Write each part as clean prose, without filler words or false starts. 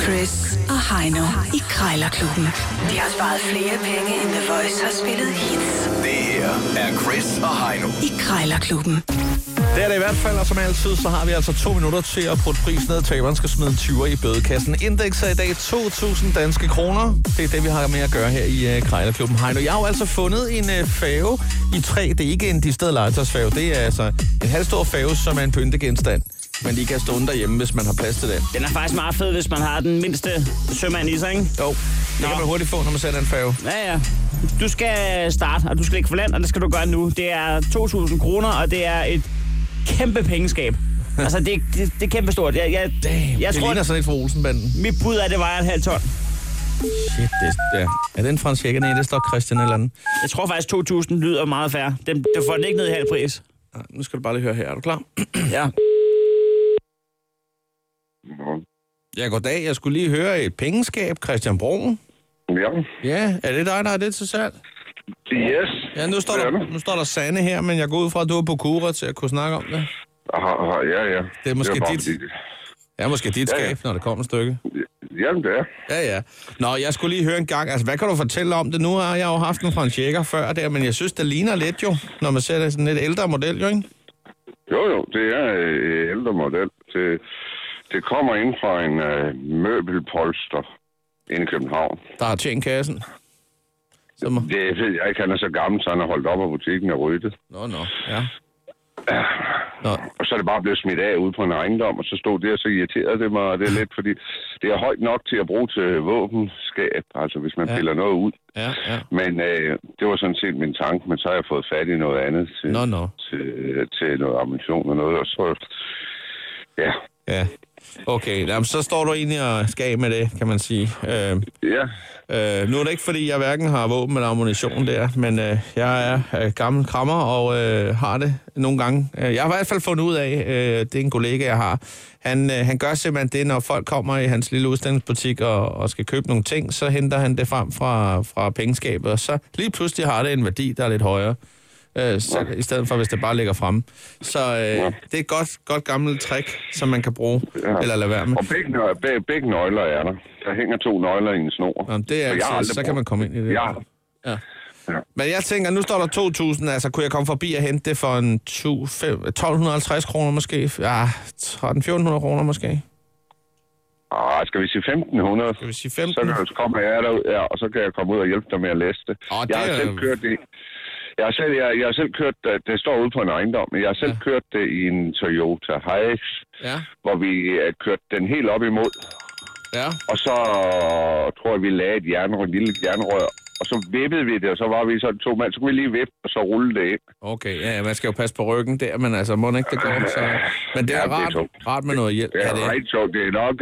Chris og Heino i Krejlerklubben. De har sparet flere penge, end The Voice har spillet hits. Det her er Chris og Heino i Krejlerklubben. Det er det i hvert fald, og som altid, så har vi altså 2 minutter til at putte prisen ned. Taberen skal smide en 20'er i bødekassen. Indeks er i dag 2.000 danske kroner. Det er det, vi har med at gøre her i Krejlerklubben. Heino, jeg har jo altså fundet en færge i træ. Det er ikke en decideret legetøjsfærge. Det er altså en halvstor færge, som er en pyntegenstand. Men lige kan stå derhjemme, hvis man har plads til det. Den er faktisk meget fed, hvis man har den mindste sømand i sig, ikke? Jo, det kan man hurtigt få, når man sætter en færge. Ja. Du skal starte, og du skal ikke for land, og det skal du gøre nu. Det er 2.000 kroner, og det er et kæmpe pengeskab. Altså, det er kæmpe stort. Jeg det tror, ligner sådan et fra Olsenbanden. Mit bud er, det vejer 1,5 ton. Shit, er det en franskækker? Nej, det står Christian eller andet. Jeg tror faktisk, 2.000 lyder meget fair. Du får den ikke ned i halv pris. Ja, nu skal du bare lige høre her. Er du klar? Ja. Ja, goddag. Jeg skulle lige høre et pengeskab, Christian Broen. Ja. Ja, er det dig, der har det til salg? Yes. Ja, nu står der Sanne her, men jeg går ud fra, at du er på Kura til at kunne snakke om det. Ja. Det er måske dit skab, når det kommer et stykke. Jamen, det er. Ja. Nå, jeg skulle lige høre en gang. Altså, hvad kan du fortælle om det? Nu har jeg jo haft en franchise før der, men jeg synes, det ligner lidt jo, når man ser det sådan et ældre model, jo, ikke? Jo, det er et ældre model. Det kommer ind fra en møbelpolster inde i København. Der har tjent kassen. Det ved jeg ikke. Han er så gammel, så han har holdt op af butikken og ryddet. Nå, ja. Nå. Og så er det bare blevet smidt af ude på en ejendom, og så stod det, og så irriterede det mig, og det er lidt, fordi det er højt nok til at bruge til våbenskab, altså hvis man piller noget ud. Ja. Men det var sådan set min tanke, men så har jeg fået fat i noget andet til noget ammunition og noget, og så, ja. Ja, okay. Jamen, så står du egentlig og skal af med det, kan man sige. Ja. Nu er det ikke, fordi jeg hverken har våben eller ammunition der, men jeg er gammel krammer og har det nogle gange. Jeg har i hvert fald fundet ud af, det er en kollega, jeg har. Han gør simpelthen det, når folk kommer i hans lille udstillingsbutik og skal købe nogle ting, så henter han det frem fra pengeskabet, og så lige pludselig har det en værdi, der er lidt højere. I stedet for, hvis det bare ligger fremme. Så det er et godt gammelt trick, som man kan bruge, eller lade være med. Og begge nøgler er der. Der hænger 2 nøgler i en snor. Jamen, det er altid, så kan man komme ind i det. Ja. Men jeg tænker, nu står der 2.000, altså kunne jeg komme forbi og hente det for en 1.250 kroner måske? Ja, 1.400 kroner måske. Skal vi sige 1.500? Skal vi sige 1.500? Så kommer jeg derud, og så kan jeg komme ud og hjælpe dig med at læse det. Jeg har selv kørt det. Jeg har selv kørt, det står ude på en ejendom, men jeg har selv kørt det i en Toyota Hilux, hvor vi kørte den helt op imod. Ja. Og så tror jeg, vi lagde et lille jernrør, og så vippede vi det, og så var vi sådan 2 mand, så kunne vi lige vippe, og så rulle det ind. Okay, ja, man skal jo passe på ryggen der, men altså, må ikke det går, så... Men det er rart med noget hjælp. Det er rigtig sjovt, det er nok...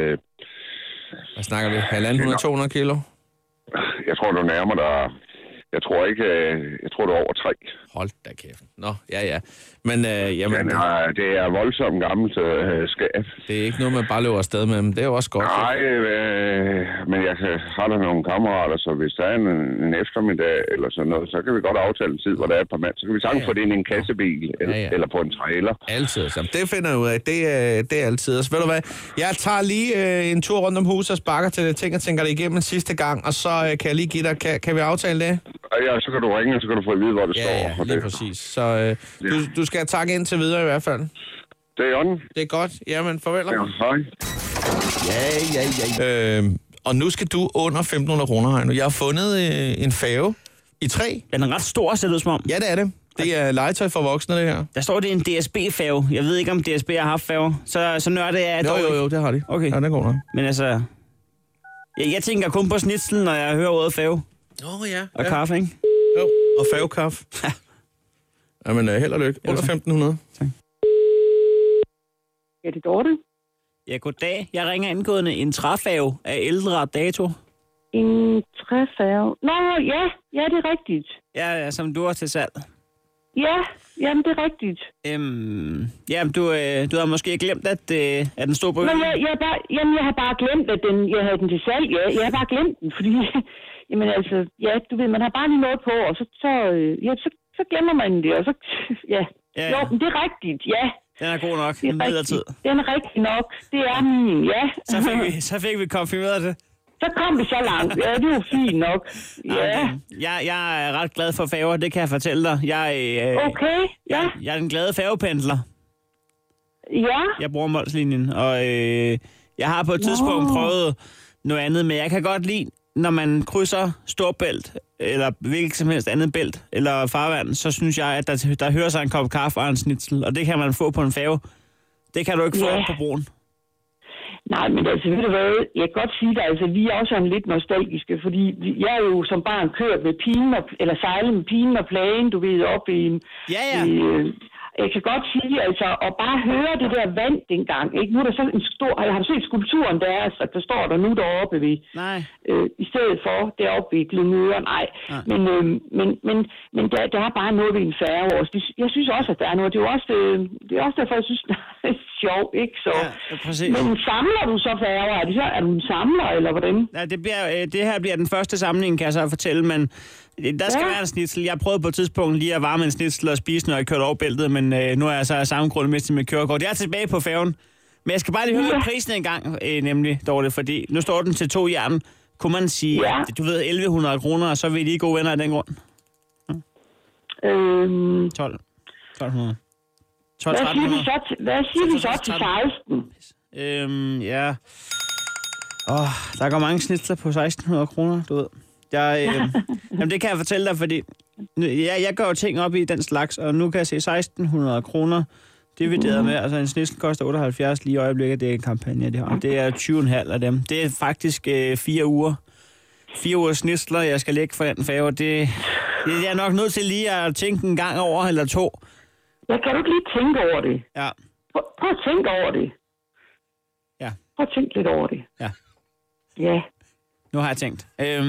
Hvad snakker vi? 1.500-200 kilo? Jeg tror, du nærmer dig... Jeg tror, det er over 3. Hold da kæft. Nå, ja. Men, jamen... Det er voldsomt gammelt skab. Det er ikke noget, man bare løber afsted med, men det er jo også godt. Nej, men jeg har der nogle kammerater, så hvis der er en eftermiddag eller sådan noget, så kan vi godt aftale en tid, hvor der er et par mand. Så kan vi sagtens få det ind i en kassebil eller på en trailer. Altid. Så det finder jeg ud af. Det er altid. Så ved du hvad? Jeg tager lige en tur rundt om huset og sparker til det ting og tænker det igennem en sidste gang, og så kan jeg lige give dig... Kan vi aftale det? Ja, så kan du ringe, og så kan du få at vide, hvor det står. Ja, lige præcis. Så du skal takke indtil videre i hvert fald. Det er i orden. Det er godt. Jamen, farvel. Ja, hej. Ja. Og nu skal du under 1.500 kroner, Heino. Jeg har fundet en færge i træ. Den er ret stor, ser det ud som om. Ja, det er det. Det er legetøj for voksne, det her. Der står, det er en DSB-færge. Jeg ved ikke, om DSB har haft færge. Så nørdet er det. Jo, det har de. Okay. Ja, det går nok. Men altså... Jeg tænker kun på snitsel, når jeg hører ordet færge. Ja. Og kaffe, ikke? Jo, og færgekaffe. Jamen, held og lykke. Under 1.500. Tak. Ja, det er Dorte. Ja, goddag. Jeg ringer angående en træfærge af ældre dato. En træfærge? Nå, ja, det er rigtigt. Ja, som du har til salg. Ja, jamen det er rigtigt. Jamen, du har måske glemt, at den stod på øen. Nå, jeg har bare glemt, at jeg havde den til salg, ja. Jeg har bare glemt den, fordi... Jamen altså, ja, du ved, man har bare lige noget på, og så glemmer man det, og så... Ja. Jo, men det er rigtigt, ja. Den er god nok. Den er rigtig nok. Det er min, ja. Så fik vi konfirmeret det. Så kom vi så langt. Ja, det er jo fint nok. Ja. Jeg er ret glad for færger, det kan jeg fortælle dig. Okay, ja. Jeg er den glade færgependler. Ja. Jeg bruger Molslinjen, og jeg har på et tidspunkt prøvet noget andet, men jeg kan godt lide, når man krydser Storbælt, eller hvilket som helst andet bælt, eller farvand, så synes jeg, at der hører sig en kop kaffe og en schnitzel, og det kan man få på en færge. Det kan du ikke få på broen. Nej, men altså, ved du hvad, jeg kan godt sige dig, altså, vi er også sådan lidt nostalgiske, fordi jeg er jo som barn kørt med pinen, eller sejlet med pinen og plagen, du ved, op i... Ja. Jeg kan godt sige, altså, at bare høre det der vand dengang, ikke? Nu er der så en stor... Har du set skulpturen der, altså, der står der nu deroppe ved... Nej. I stedet for deroppe ved Glenmøre, nej. Men der er bare noget ved en færge også. Jeg synes også, at der er noget. Det er også derfor, jeg synes, det er sjovt, ikke? Så... Ja, præcis. Men samler du så færger? Er du en samler, eller hvordan? Ja, det her bliver den første samling, kan jeg så fortælle, men... Der skal være en schnitzel. Jeg prøvede på et tidspunkt lige at varme en schnitzel og spise, når jeg kørte over bæltet, men nu er jeg så af samme grund mistet mit kørekort. Jeg er tilbage på færgen, men jeg skal bare lige høre prisen en gang, nemlig, Dorte, fordi nu står den til 2 jern. Kunne man sige, du ved, 1.100 kroner, og så er vi lige gode venner af den grund? 1.200. 1.200. Hvad siger du så til 16? Ja. Der går mange schnitzler på 1.600 kroner, du ved. Jamen det kan jeg fortælle dig, fordi jeg gør jo ting op i den slags, og nu kan jeg se 1.600 kroner divideret med, altså en schnitzel koster 78 lige i øjeblikket, det er en kampagne, de har. Det er 20,5 af dem. Det er faktisk 4 uger. 4 uger schnitzler, jeg skal lægge for den færge. Det er nok nødt til lige at tænke en gang over eller 2. Jeg kan du ikke lige tænke over det? Ja. Prøv at tænke over det. Ja. Prøv at tænke lidt over det. Ja. Ja. Nu har jeg tænkt.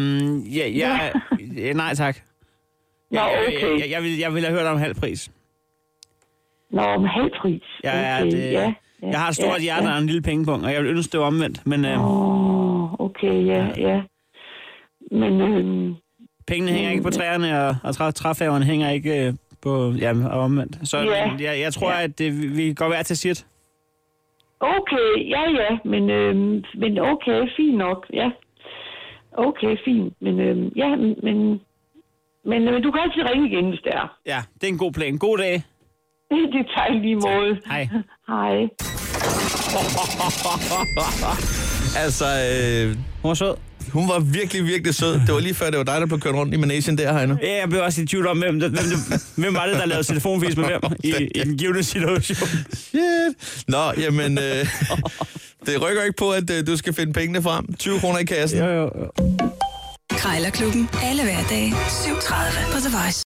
Nej tak. Nå, okay. Jeg vil have hørt om halv pris. Nå, om halv pris. Okay. Jeg har et stort hjerte og en lille pengepunkt, og jeg vil ønske, det var omvendt. Men, okay, ja. Men... Pengene hænger ikke på træerne, og træfærgerne hænger ikke på... Ja, omvendt. Så jeg tror, at vi går hver til sit. Okay, ja. Men okay, fint nok, ja. Okay, fint. Men du kan altid ringe igen, hvis det er. Ja, det er en god plan. God dag. Det tager i lige måde. Hej. Hej. Altså, hun var sød. Hun var virkelig, virkelig sød. Det var lige før, det var dig, der blev kørt rundt i managen der, Heino. Ja, jeg blev også i tvivl om, hvem var det, der lavede telefonvis med hvem i den givne situation. Shit. Nå, jamen, det rykker ikke på, at du skal finde pengene frem. 20 kroner i kassen. Jo. Krejlerklubben. Alle hverdage. 7:30 på The Voice.